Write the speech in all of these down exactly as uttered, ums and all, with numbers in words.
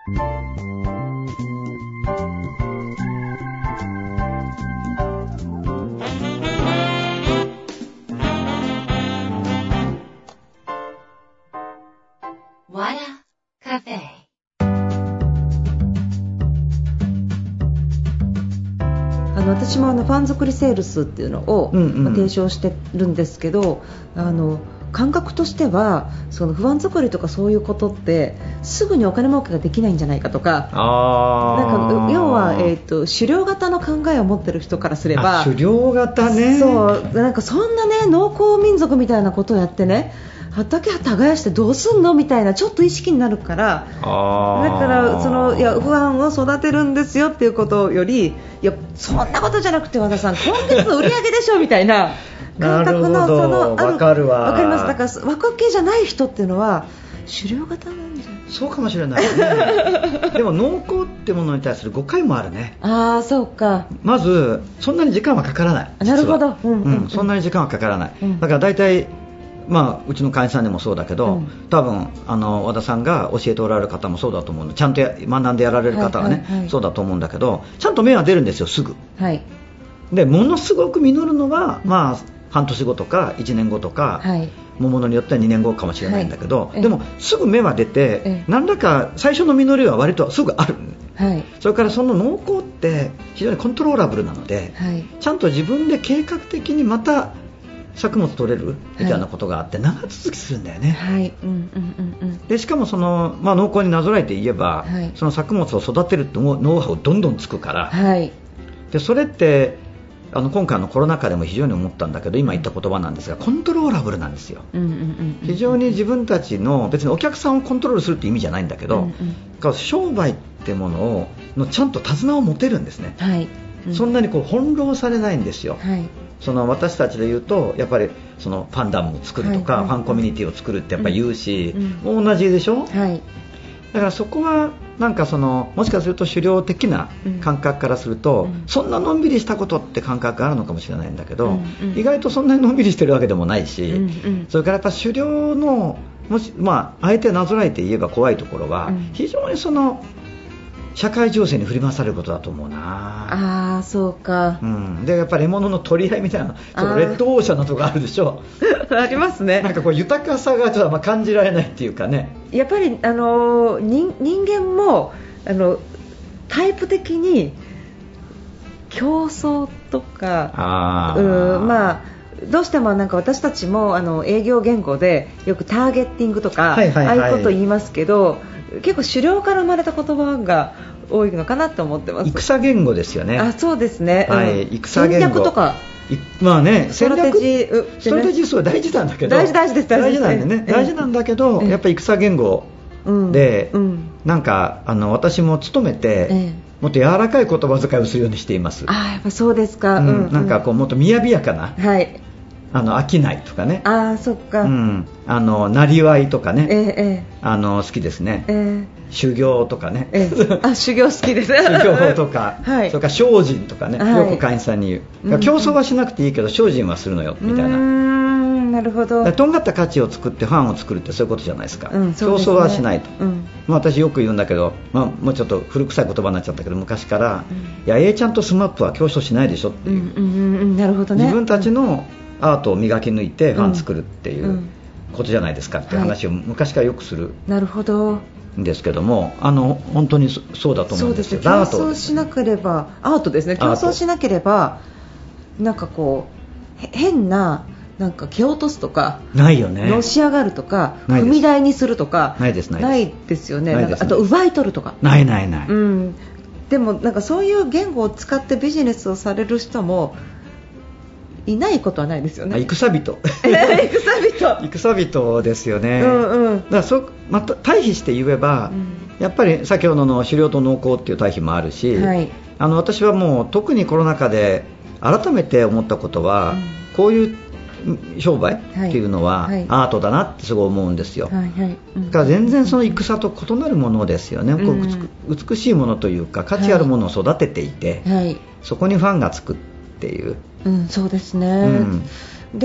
あの私もあのファン作りセールスっていうのを、うんうん、まあ、提唱してるんですけど、あの感覚としてはその不安作りとかそういうことってすぐにお金儲けができないんじゃないかとか、 あなんか要は、えーと、狩猟型の考えを持ってる人からすれば、 狩猟型ね、 そうなんかそんなね農耕民族みたいなことをやってね、畑耕してどうすんのみたいなちょっと意識になるから、 あだからそのいや不安を育てるんですよっていうことより、いやそんなことじゃなくて和田さん今月の売り上げでしょみたいな感覚のそのある、 わかるわ、 わかります。だから枠系じゃない人っていうのは狩猟型なんじゃない。 そうかもしれないねでも農耕ってものに対する誤解もあるね。 ああそうか。 まずそんなに時間はかからない。 なるほど、うんうんうんうん、そんなに時間はかからない、 うん、 だから大体まあ、うちの会員さんでもそうだけど、うん、多分あの和田さんが教えておられる方もそうだと思うの、ちゃんと学んでやられる方はね、はいはいはい、そうだと思うんだけど、ちゃんと芽は出るんですよすぐ、 はい、 でものすごく実るのは、まあ、半年後とかいちねんごとか、はい、ものによってはにねんごかもしれないんだけど、はい、でもすぐ芽は出て、何らか最初の実りは割とすぐある、はい、それからその農耕って非常にコントローラブルなので、はい、ちゃんと自分で計画的にまた作物取れるみたいなことがあって長続きするんだよね、 はいうんうんうんうん、 でしかもその、まあ、農耕になぞらえて言えば、はい、その作物を育てるってノウハウどんどんつくから、はい、でそれってあの今回のコロナ禍でも非常に思ったんだけど、今言った言葉なんですがコントローラブルなんですよ、うんうんうん、非常に自分たちの別にお客さんをコントロールするって意味じゃないんだけど、うんうん、商売ってものをのちゃんと手綱を持てるんですね、はいうん、そんなにこう翻弄されないんですよ、はい、その私たちで言うとやっぱりそのファンダムを作るとか、はいはいはい、ファンコミュニティを作るってやっぱり言うし、うんうん、同じでしょ、はい、だからそこはなんかそのもしかすると狩猟的な感覚からすると、うん、そんなのんびりしたことって感覚があるのかもしれないんだけど、うんうん、意外とそんなにのんびりしてるわけでもないし、うんうん、それからやっぱ狩猟のもし、まあ、あえてなぞらえて言えば怖いところは、うん、非常にその社会情勢に振り回されることだと思うな。 あーそうか、 うん、でやっぱり獲物の取り合いみたいなそのレッドオーシャンのとこあるでしょありますね。 なんかこう豊かさがちょっとまあ感じられないっていうかね、 やっぱりあの 人, 人間もあのタイプ的に競争とかあうんまあどうしてもなんか私たちもあの営業言語でよくターゲッティングとか、はいはいはい、ああいうことを言いますけど、結構狩猟から生まれた言葉が多いのかなと思ってます。 戦言語ですよね。 あそうですね、 はい、 うん、戦略とかまあね、 戦略ストラテジーすごい大事なんだけど大事大事です大事なんでね、大事なんだけど、やっぱり戦言語で、うんうん、なんかあの私も勤めて、ええ、もっと柔らかい言葉遣いをするようにしています。 あやっぱそうですか、 うんうん、なんかこうもっと雅やかな、 はい、 あの飽きないとかね、 あそっか、 うん、あのなりわいとかね、 ええ、 あの好きですね、 ええ修行とかね、 ええ、あ修行好きです修行とか、はい、それから精進とかね、 はい、 よく会員さんに言う、うん、競争はしなくていいけど精進はするのよみたいな、 うーんなるほど、 とんがった価値を作ってファンを作るってそういうことじゃないですか、 うんそうですね、 競争はしないと、 うんまあ、私よく言うんだけど、まあ、もうちょっと古臭い言葉になっちゃったけど昔から、うん、いや A ちゃんとスマップは競争しないでしょっていう、 うんうんうん、なるほどね、 自分たちのアートを磨き抜いてファン作るっていうことじゃないですかっていう話を昔からよくする、 はい、なるほどんですけども、あの本当にそうだと思うんですよ。 競争しなければアートですね、競争しなければなんかこう変ななんか蹴落とすとかないよね、 のし上がるとか踏み台にするとかないですないですないですよね、なんかあと奪い取るとかないないない、 うん、でもなんかそういう言語を使ってビジネスをされる人もいないことはないですよね。 戦人戦人戦人ですよね、 うんうん、 だからそ、また対比して言えば、うん、やっぱり先ほどの狩猟と農耕っていう対比もあるし、はい、あの私はもう特にコロナ禍で改めて思ったことは、うん、こういう商売っていうのはアートだなってすごい思うんですよ、はいはいうん、だから全然その戦と異なるものですよね、うん、こう美しいものというか価値あるものを育てていて、はい、そこにファンがつくっていう、 うん、そうですね、うん、で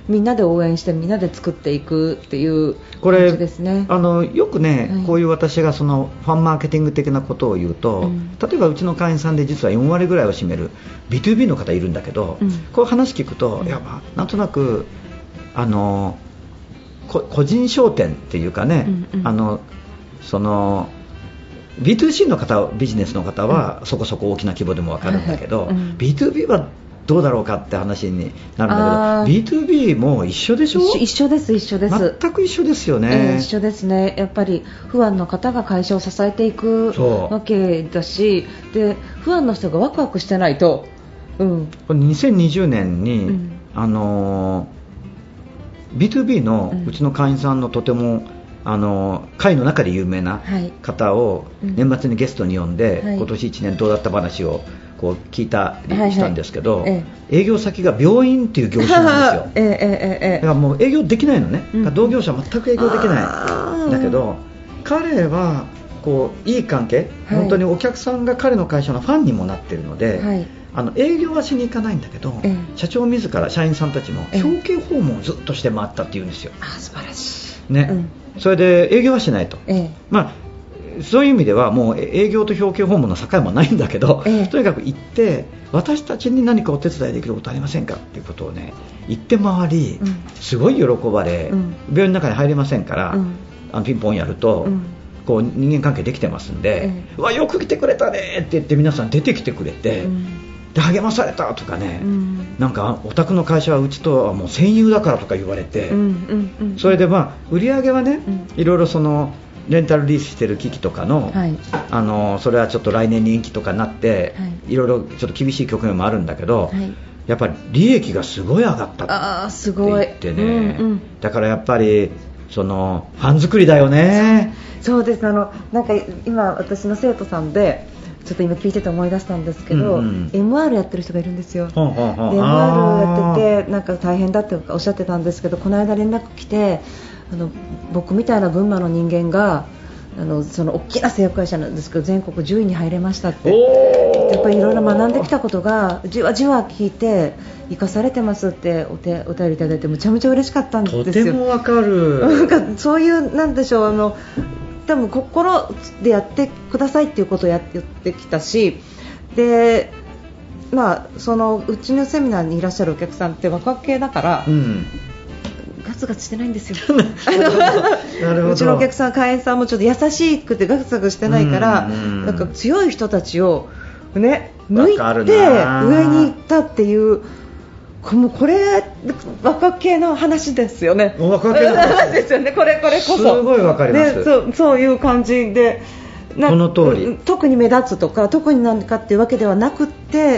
みんなで応援してみんなで作っていくっていう感じですね。 これあのよくね、はい、こういう私がそのファンマーケティング的なことを言うと、うん、例えばうちの会員さんで実はよんわりぐらいを占める ビーツービー の方いるんだけど、うん、こう話聞くと、うん、いやまあなんとなくあの個人商店っていうかね、うんうん、あのそのビーツーシー の方ビジネスの方はそこそこ大きな規模でも分かるんだけど、はいはい、うん、ビーツービー はどうだろうかって話になるんだけど ビーツービー も一緒でしょ。 一緒です一緒です全く一緒ですよね、 えー、一緒ですね。やっぱり不安の方が会社を支えていくわけだし、で不安の人がワクワクしてないと、うん、 これにせんにじゅうねんに、うん、あのー、ビーツービー のうちの会員さんのとてもあの会の中で有名な方を年末にゲストに呼んで、はい、今年いちねんどうだった話をこう聞いたりしたんですけど、はいはい、営業先が病院っていう業種なんですよ。ええええ、だからもう営業できないのね、うん、同業者は全く営業できないんだけど、彼はこういい関係、はい、本当にお客さんが彼の会社のファンにもなっているので、はい、あの営業はしに行かないんだけど、ええ、社長自ら社員さんたちも表敬訪問をずっとして回ったっていうんですよ。 あ、素晴らしい、 ね、うん、それで営業はしないと、ええ、まあ、そういう意味ではもう営業と表敬訪問の境もないんだけど、ええ、とにかく行って私たちに何かお手伝いできることありませんかっていうことをね言って回り、うん、すごい喜ばれ、うん、病院の中に入れませんから、うん、あのピンポンやると、うん、こう人間関係できてますんで、ええ、うわよく来てくれたねって言って皆さん出てきてくれて、うん、で励まされたとかね、うん、なんかお宅の会社はうちとはもう戦友だからとか言われて、うんうんうん、それでまあ売り上げはね、うん、いろいろそのレンタルリースしてる機器とかの、はい、あのそれはちょっと来年に延期とかになって、はい、いろいろちょっと厳しい局面もあるんだけど、はい、やっぱり利益がすごい上がったって言ってね、うんうん、だからやっぱりそのファン作りだよね。 そう、そうです。あのなんか今私の生徒さんでちょっと今聞いてて思い出したんですけど、うんうん、エムアール やってる人がいるんですよ。ほうほうほう、で エムアール やっててなんか大変だっておっしゃってたんですけど、この間連絡来て、あの僕みたいな群馬の人間があのその大きな製薬会社なんですけど全国じゅういに入れましたって、やっぱりいろいろ学んできたことがじわじわ聞いて生かされてますってお手お便りいただいてむちゃむちゃ嬉しかったんですよ。 とてもわかる。 なんかそういうなんでしょう、あの多分心でやってくださいっていうことをやってきたし、でまあそのうちのセミナーにいらっしゃるお客さんって若系だから、うん、ガツガツしてないんですよ。なるほど。うちのお客さん会員さんもちょっと優しくてガツガツしてないから、うんうん、なんか強い人たちをね抜いて上に行ったっていう、もうこれ若系の話ですよね。 若系の話ですよね。これこれこそすごいわかります、 ね、そうそういう感じで。 この通り。 特に目立つとか特に何かっていうわけではなくって、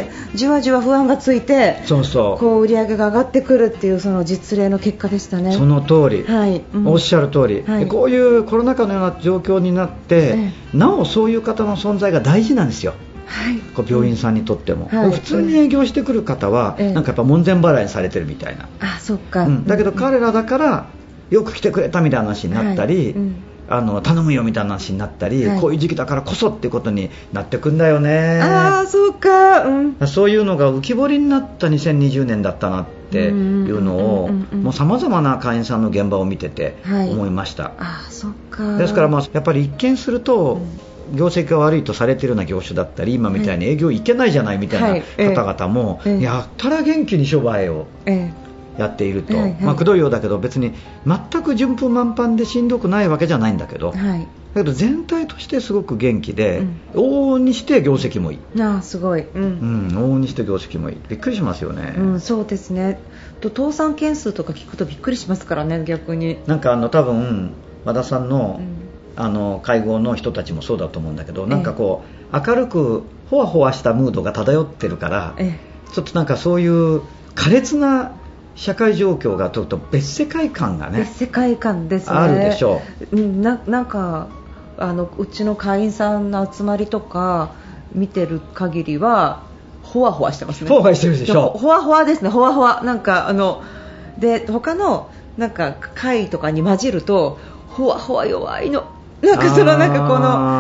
じわじわ不安がついて、 そうそう、 こう売り上げが上がってくるっていうその実例の結果でしたね。 その通り、はい、うん、おっしゃる通り、はい、こういうコロナ禍のような状況になって、ええ、なおそういう方の存在が大事なんですよ。はい、こう病院さんにとっても、はい、普通に営業してくる方は、ええ、なんかやっぱ門前払いにされてるみたいな、 あ、そっか、 うん、だけど彼らだからよく来てくれたみたいな話になったり、はい、うん、あの頼むよみたいな話になったり、はい、こういう時期だからこそっていうことになってくんだよね。 ああ、そうか、うん、 そういうのが浮き彫りになったにせんにじゅうねんだったなっていうのを、もう様々な会員さんの現場を見てて思いました、はい、 あ、そうか。 ですからまあやっぱり一見すると、うん、業績が悪いとされているような業種だったり、今みたいに営業いけないじゃないみたいな方々も、はい、やったら元気に商売を、ええやっていると、はいはい、まあ、くどいようだけど別に全く順風満帆でしんどくないわけじゃないんだけど、はい、だけど全体としてすごく元気で、うん、往々にして業績もいい。 あ、すごい、うん、うん、 往々にして業績もいい。びっくりしますよね、 うん、そうですね。と倒産件数とか聞くとびっくりしますからね、逆に。 なんかあの多分和田さんの、うん、あの会合の人たちもそうだと思うんだけど、なんかこう明るくほわほわしたムードが漂ってるから、ええ、ちょっとなんかそういう苛烈な社会状況がちょっと別世界観がね、 別世界観ですね、 あるでしょう。な, なんかあのうちの会員さんの集まりとか見てる限りはほわほわしてますね。 ほわほわしてるでしょ。 ほわほわですね、ほわほわ。なんかあので他のなんか会とかに混じるとほわほわ弱いの。なんかそのなんかこのなん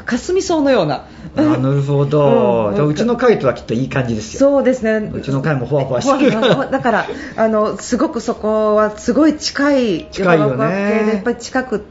か霞草のような。 あ、なるほど、うん、うちの会とはきっといい感じですよ。 そうですね、 うちの会もほわほわしてるだからあのすごくそこはすごい近い、 近いよね、 やっぱり近くって、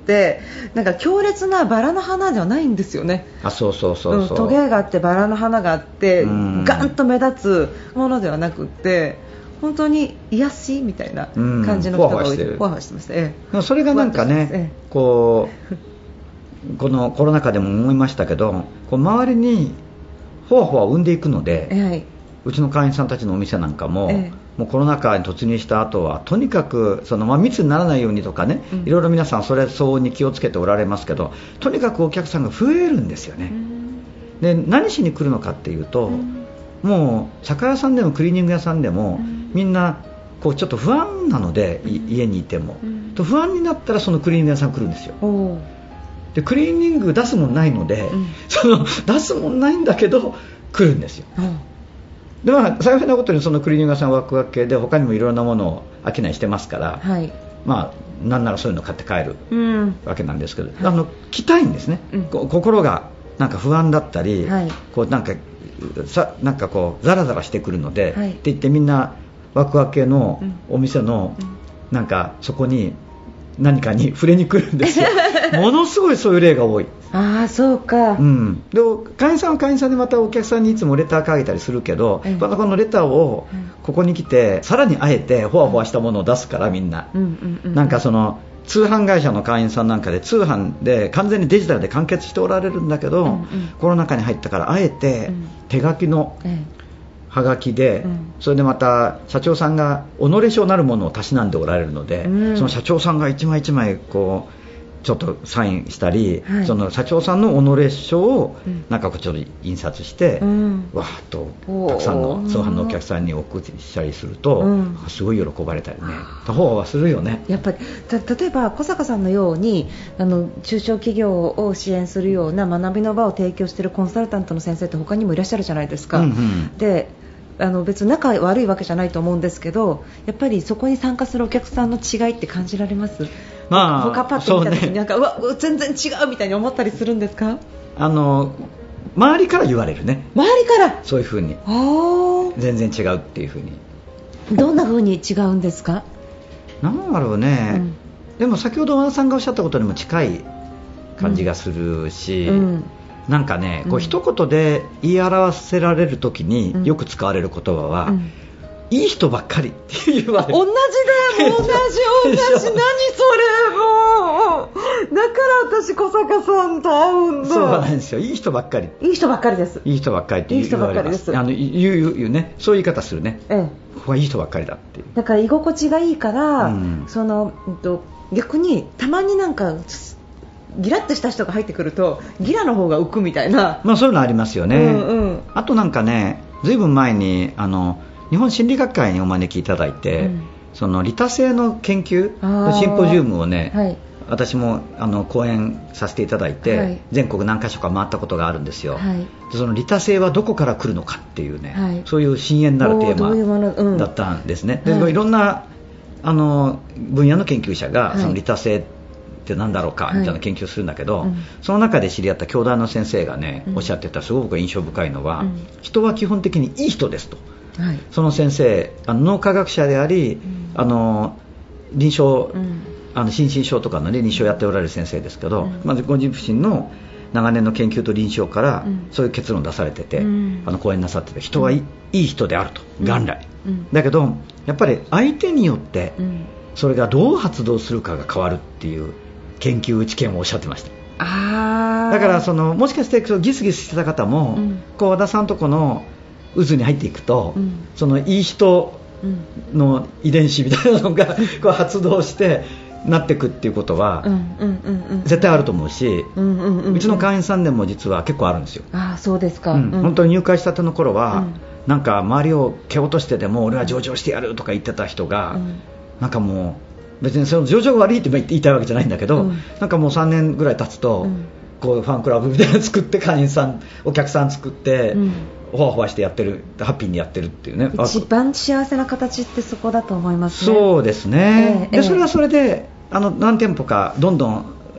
なんか強烈なバラの花ではないんですよね。 あ、そうそうそうそう、 うん、トゲがあってバラの花があってガンと目立つものではなくって、本当に癒しみたいな感じの人が多い。ふわふわしてます、ええ、 それがなんかね、ええ、こうこのコロナ禍でも思いましたけど、こう周りにほわほわを生んでいくので、はい、うちの会員さんたちのお店なんかも、ええ、もうコロナ禍に突入した後はとにかくその、まあ、密にならないようにとかね、うん、いろいろ皆さんそれ相応に気をつけておられますけど、とにかくお客さんが増えるんですよね。で、何しに来るのかっていうと、うん、もう酒屋さんでもクリーニング屋さんでも、うん、みんなこうちょっと不安なので、うん、家にいても、うん、と不安になったらそのクリーニング屋さん来るんですよ。でクリーニング出すもんないので、うん、その出すもんないんだけど来るんですよ。うん、でまあ幸いなことにそのクリーニング屋さんはワクワク系で他にもいろんなものを商いしてますから、はい、まあなんならそういうの買って帰るわけなんですけど、うん、あの来たいんですね、うん、心がなんか不安だったり、はい、こうなんかさなんかこうザラザラしてくるので、はい、って言ってみんなワクワク系のお店の、うん、なんかそこに何かに触れに来るんですよものすごいそういう例が多い。 ああ、そうか、 うん、で会員さんは会員さんでまたお客さんにいつもレター書いたりするけど、うん、またこのレターをここに来てさらにあえてほわほわしたものを出すから、みんな、うんうんうん、なんかその通販会社の会員さんなんかで通販で完全にデジタルで完結しておられるんだけど、うんうん、コロナ禍に入ったからあえて手書きの、うんはがきで、うん、それでまた社長さんが己書なるものをたしなんでおられるので、うん、その社長さんが一枚一枚こうちょっとサインしたり、はい、その社長さんの己書をなんかこうちょっと印刷して、うん、わーっとたくさんの通販のお客さんに送ったりすると、うん、すごい喜ばれたりね、他方はするよね。 やっぱりた例えば小坂さんのようにあの中小企業を支援するような学びの場を提供しているコンサルタントの先生って他にもいらっしゃるじゃないですか、うんうん、であの別に仲悪いわけじゃないと思うんですけど、やっぱりそこに参加するお客さんの違いって感じられます？まあ、他パッと見た時になんか、うわ全然違うみたいに思ったりするんですか？ あの周りから言われるね。 周りからそういう風に全然違うっていう風に。 どんな風に違うんですか？ なんだろうね、うん、でも先ほど和田さんがおっしゃったことにも近い感じがするし、うんうん、なんかね、こう一言で言い表せられるときによく使われる言葉は、うん、いい人ばっかりって言われる。 同じだよ、同じ同じ何それ、もうだから私小坂さんと会うんだ。 そうなんですよ、いい人ばっかり、 いい人ばっかりです、 いい人ばっかりって言われます。あの言う言うね、そういう言い方するね、ええ、ここはいい人ばっかりだっていう。 だから居心地がいいから、うん、その逆にたまになんかギラッとした人が入ってくるとギラの方が浮くみたいな、 まあ、そういうのありますよね、うんうん、あとなんかね、ずいぶん前にあの日本心理学会にお招きいただいて、うん、その利他性の研究シンポジウムをね、はい、私もあの講演させていただいて、はい、全国何カ所か回ったことがあるんですよ、はい、でその利他性はどこから来るのかっていうね、はい、そういう深淵なるテーマだったんですね、うん、でいろんなあの分野の研究者がその利他性って何だろうかみたいな研究をするんだけど、はい、うん、その中で知り合った京大の先生がね、うん、おっしゃってたすごく印象深いのは、うん、人は基本的にいい人ですと、はい、その先生あの脳科学者であり、うん、あの臨床、うん、あの心身症とかの、ね、臨床をやっておられる先生ですけど、うん、まずご自身の長年の研究と臨床からそういう結論を出されてて、うん、あの講演なさってて、人はいい、うん、いい人であると、元来、うん、だけどやっぱり相手によってそれがどう発動するかが変わるっていう研究知見をおっしゃってました。あだからそのもしかしてギスギスしてた方も、うん、こう和田さんとこの渦に入っていくと、うん、そのいい人の遺伝子みたいなのがこう発動してなっていくっていうことは絶対あると思うし、うちの会員さんでも実は結構あるんですよ。 あそうですか、 うん、本当に入会したての頃は、うん、なんか周りを蹴落としてでも俺は上場してやるとか言ってた人が、うん、なんかもう別にその上場が悪いって言いたいわけじゃないんだけど、うん、なんかもうさんねんぐらい経つと、うん、こうファンクラブみたいなの作って会員さんお客さん作って、うん、ほわほわしてやってる、ハッピーにやってるっていうね、 一番幸せな形ってそこだと思いますね。 そうですね、えー、でそれはそれであの何店舗かどんどん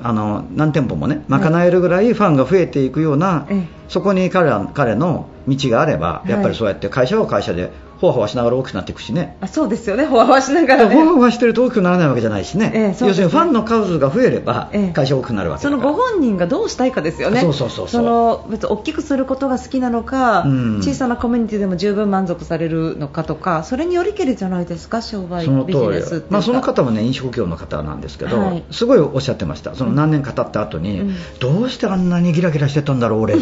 あの何店舗もね賄えるぐらいファンが増えていくような、ええ、そこに 彼, ら彼の道があれば、やっぱりそうやって会社は会社でほわほわしながら大きくなっていくしね。 あ、そうですよね、ほわほわしながら、ね、 ほわほわしてると大きくならないわけじゃないしね、ええ、そうですね。要するにファンの数が増えれば会社が大きくなるわけだから、 そのご本人がどうしたいかですよね。 そうそうそうそう。 その別に大きくすることが好きなのか、うん、小さなコミュニティでも十分満足されるのかとか、それによりけりじゃないですか、商売ビジネスっていうか。 まあ、その方もね飲食業の方なんですけど、はい、すごいおっしゃってました。その何年か経った後に、うん、どうしてあんなにギラギラしてたんだろう俺へ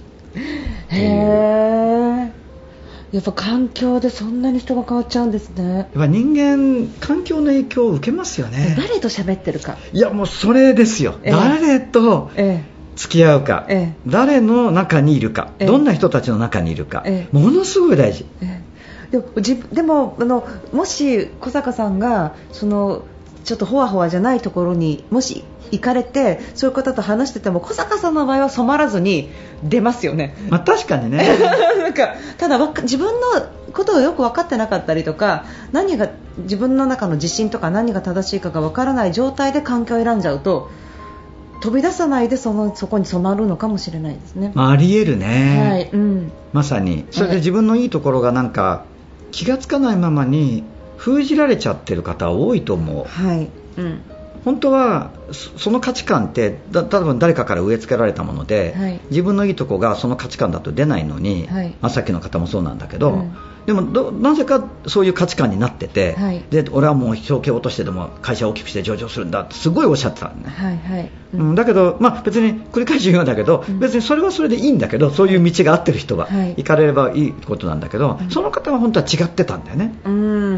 ー、やっぱ環境でそんなに人が変わっちゃうんですね。 やっぱ人間環境の影響を受けますよね。 誰と喋ってるか、 いやもうそれですよ、えー、誰と付き合うか、えー、誰の中にいるか、えー、どんな人たちの中にいるか、えー、ものすごい大事、えー、でもじでもあのもし小坂さんがそのちょっとほわほわじゃないところにもし行かれてそういう方と話してても小坂さんの場合は染まらずに出ますよね。 まあ、確かにねなんかただ自分のことをよく分かってなかったりとか、何が自分の中の自信とか何が正しいかが分からない状態で環境を選んじゃうと飛び出さないで そ, のそこに染まるのかもしれないですね。 まあ、ありえるね、 はい、うん、 まさにそれで自分のいいところがなんか気がつかないままに封じられちゃってる方多いと思う、 はい、うん、 本当はその価値観ってだ多分誰かから植え付けられたもので、はい、自分のいいとこがその価値観だと出ないのに、はい、まあ、さっきの方もそうなんだけど、うん、でもどなぜかそういう価値観になってて、はい、で俺はもう人気を落としてでも会社を大きくして上場するんだってすごいおっしゃってたんね、 はいはい、 うん、だけど、まあ、別に繰り返し言うんだけど、うん、別にそれはそれでいいんだけど、そういう道が合ってる人は、はい、行かれればいいことなんだけど、うん、その方は本当は違ってたんだよね、うんうん、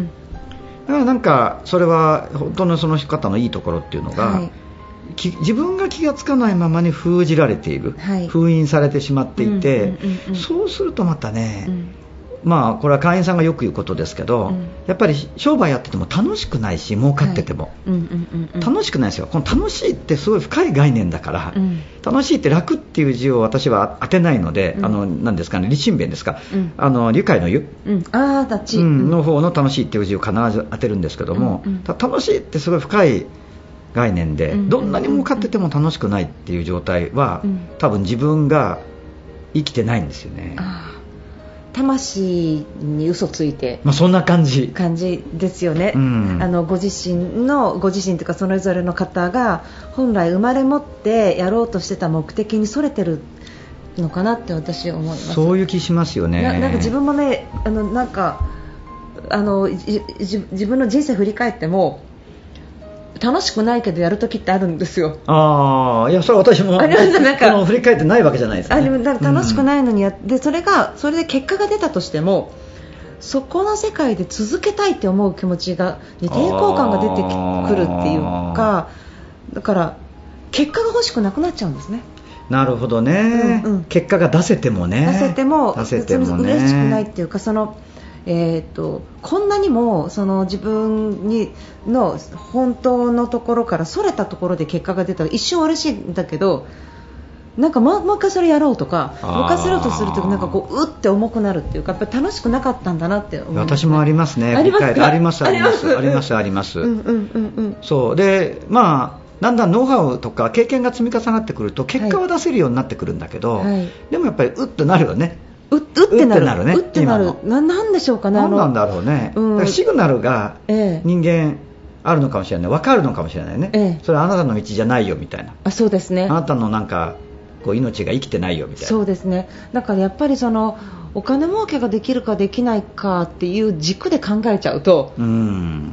だからなんかそれは本当のその方のいいところっていうのが、はい、自分が気がつかないままに封じられている、はい、封印されてしまっていて、うんうんうんうん、そうするとまたね、うん、まあこれは会員さんがよく言うことですけど、うん、やっぱり商売やってても楽しくないし儲かってても、はい、うんうんうん、楽しくないですよ。この楽しいってすごい深い概念だから、うん、楽しいって楽っていう字を私は当てないので、うん、あの何ですかね、立身弁ですか、うん、あの愉快の湯、うん、あーだち、うん、の方の楽しいっていう字を必ず当てるんですけども、うんうん、楽しいってすごい深い概念で、うん、どんなに儲かってても楽しくないっていう状態は、うん、多分自分が生きてないんですよね。 あ、魂に嘘ついて、 まあ、そんな感じ感じですよね、うん、あのご自身のご自身というかそれぞれの方が本来生まれ持ってやろうとしてた目的にそれてるのかなって私は思います。 そういう気しますよね。 な, なんか自分もね、あのなんかあのじ自分の人生振り返っても楽しくないけどやるときってあるんですよ。 ああ、いやそれは私もありますなんか振り返ってないわけじゃないですか、ね、あでもだから楽しくないのにや、うん、でそれがそれで結果が出たとしてもそこの世界で続けたいって思う気持ちがに抵抗感が出てくるっていうか、だから結果が欲しくなくなっちゃうんですね。 なるほどね、うんうん、結果が出せてもね出せても別に嬉しくないっていうか、そのえー、とこんなにもその自分にの本当のところからそれたところで結果が出たら一瞬嬉しいんだけど、なんかもう一回それやろうとかもう一回するとするとなんかこううって重くなるっていうか、やっぱり楽しくなかったんだなって思います、ね、 私もありますね。 ありますか？ ありますありますありますありますうんうんうんうん、 そうで、まあだんだんノウハウとか経験が積み重なってくると結果は出せるようになってくるんだけど、はい、でもやっぱりうっとなるよね。 う, うってなる、うってなるね。 うってなる。 な、なんでしょうかね。 なんなんだろうね。うん、だからシグナルが人間あるのかもしれない。分かるのかもしれないね。ええ、それはあなたの道じゃないよみたいな。 あ、そうですね。 あなたのなんかこう命が生きてないよみたいな。 そうですね。だからやっぱりそのお金儲けができるかできないかっていう軸で考えちゃうと、うん、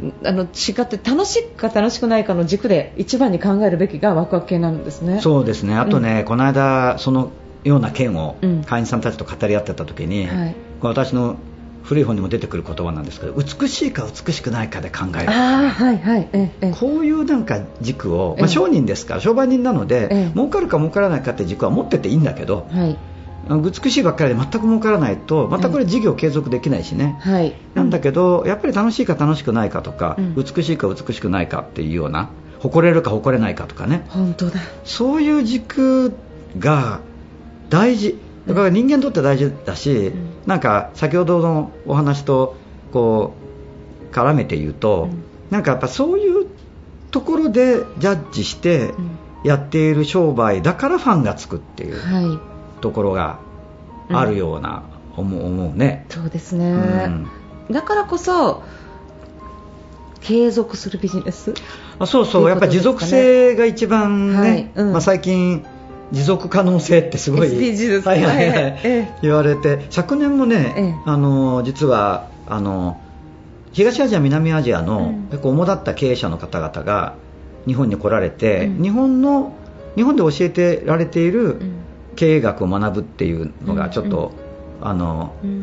あの違って楽しいか楽しくないかの軸で一番に考えるべきがワクワク系なんですね。 そうですね。あとね、うん、この間そのような件を会員さんたちと語り合ってた時に、うん、はい、これ私の古い本にも出てくる言葉なんですけど、美しいか美しくないかで考える。 あ、はいはいええ、 こういうなんか軸を、まあ、商人ですから商売人なので、ええ、儲かるか儲からないかって軸は持ってていいんだけど、はい、美しいばっかりで全く儲からないとまたこれ事業継続できないしね、はい、なんだけどやっぱり楽しいか楽しくないかとか、うん、美しいか美しくないかっていうような、誇れるか誇れないかとかね、 本当だ、 そういう軸が大事だから人間にとって大事だし、うん、なんか先ほどのお話とこう絡めて言うと、うん、なんかやっぱそういうところでジャッジして、うん、 やっている商売だからファンがつくっていうところがあるような、うん、思う、思うね。 そうですね、うん、だからこそ継続するビジネス、 あ、そうそう、やっぱり持続性が一番ね、はい、うん、まあ、最近持続可能性ってすごい エスディージー です、はいはいはい、ええ、言われて、昨年もね、ええ、あの実はあの東アジア南アジアの結構主だった経営者の方々が日本に来られて、うん、日本の日本で教えてられている経営学を学ぶっていうのがちょっと、うん、あの、うん、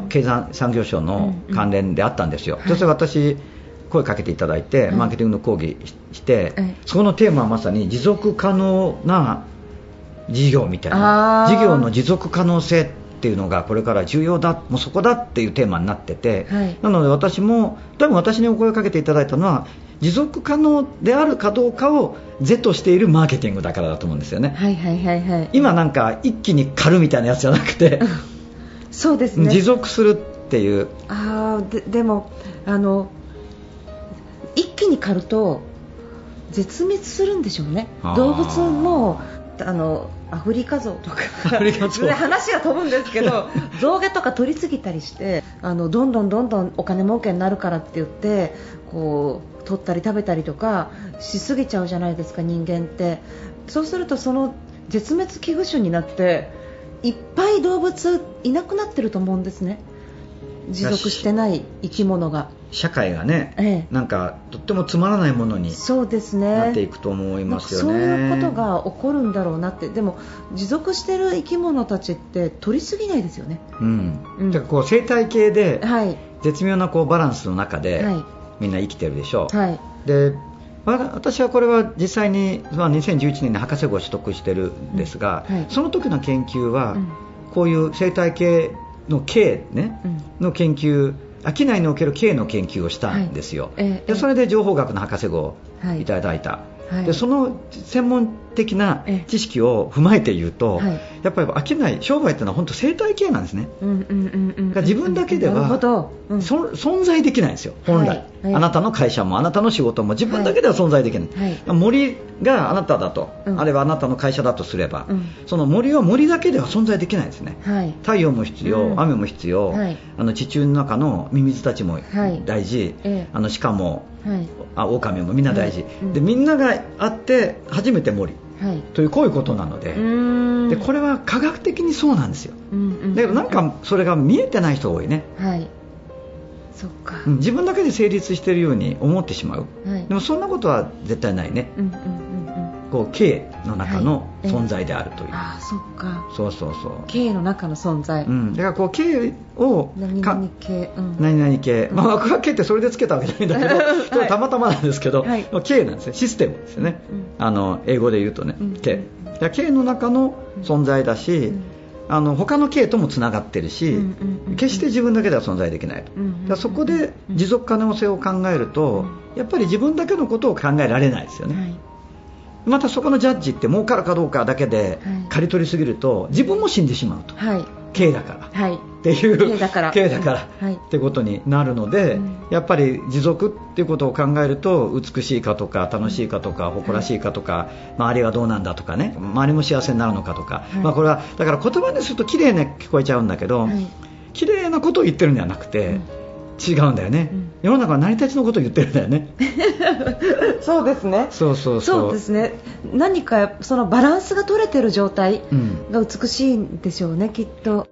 経済産業省の関連であったんですよ、うんうん、それ私声かけていただいて、マーケティングの講義して、うん、そこのテーマはまさに持続可能な事業みたいな、事業の持続可能性っていうのがこれから重要だ、もうそこだっていうテーマになってて、はい、なので私も多分私にお声かけていただいたのは持続可能であるかどうかを是としているマーケティングだからだと思うんですよね、 はいはいはいはい、 今なんか一気に狩るみたいなやつじゃなくてそうですね、 持続するっていう。 あで, でもあの一気に狩ると絶滅するんでしょうね。動物もあのアフリカゾウとか話が飛ぶんですけど象牙とか取りすぎたりしてあのどんどんどんどんお金儲けになるからって言ってこう取ったり食べたりとかしすぎちゃうじゃないですか、人間って。そうするとその絶滅危惧種になっていっぱい動物いなくなってると思うんですね、持続してない生き物が。 社会がね、ええ、なんかとってもつまらないものになっていくと思いますよね。 そういうことが起こるんだろうなって。でも持続してる生き物たちって取りすぎないですよね、うんうん、だからこう生態系で絶妙なこうバランスの中でみんな生きてるでしょう、はい、で私はこれは実際に、まあ、にせんじゅういちねんに博士号を取得してるんですが、うんはい、その時の研究は、うん、こういう生態系の系、ねうん、の研究、商いにおける経営の研究をしたんですよ、はい、でそれで情報学の博士号をいただいた、はい、でその専門的な知識を踏まえて言うと、はい、やっぱり商い商売っていうのは本当生態系なんですね。自分だけでは、うん、存在できないんですよ本来、はいはい、あなたの会社もあなたの仕事も自分だけでは存在できない、はいはい、森があなただと、うん、あれはあなたの会社だとすれば、うん、その森は森だけでは存在できないんですね、はい、太陽も必要、うん、雨も必要、はい、あの地中の中のミミズたちも大事、はい、あの鹿も、はい、あ狼もみんな大事、はいうん、でみんながあって初めて森、はい、というこういうことなの で, でこれは科学的にそうなんですよ、うんうん、だけどなんかそれが見えてない人が多いね、はい、そっか、うん、自分だけで成立しているように思ってしまう、はい、でもそんなことは絶対ないね、うんうんうんうん、こう経の中の存在であるという、はい、 あそっか、 そうそうそう、 経の中の存在、 うん、だからこう経を何々系、うん、 何々系、まあ、僕は経ってそれでつけたわけじゃないんだけど、それたまたまなんですけど、はい、経なんですね、システムですよね、うん、あの英語で言うとね、うん、経、だから経の中の存在だし、うん、あの他の経ともつながってるし、うんうんうん、決して自分だけでは存在できないと、うんうんうん、だからそこで持続可能性を考えると、うん、やっぱり自分だけのことを考えられないですよね、はい、またそこのジャッジって儲かるかどうかだけで刈り取りすぎると自分も死んでしまうと、はい、経だから、はい、っていう経だから経だから、はい、ってことになるので、うん、やっぱり持続っていうことを考えると美しいかとか楽しいかとか誇らしいかとか、はい、周りはどうなんだとかね、周りも幸せになるのかとか、はい、まあ、これはだから言葉にすると綺麗に聞こえちゃうんだけど、はい、綺麗なことを言ってるんではなくて、うん、違うんだよね、うん、世の中は成り立ちのことを言ってるんだよねそうですね、 そうそうそう、 そうですね、何かそのバランスが取れてる状態が美しいんでしょうね、うん、きっと。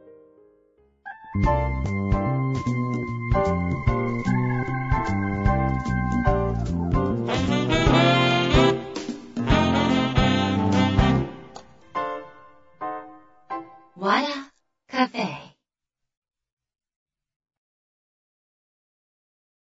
Wada Cafe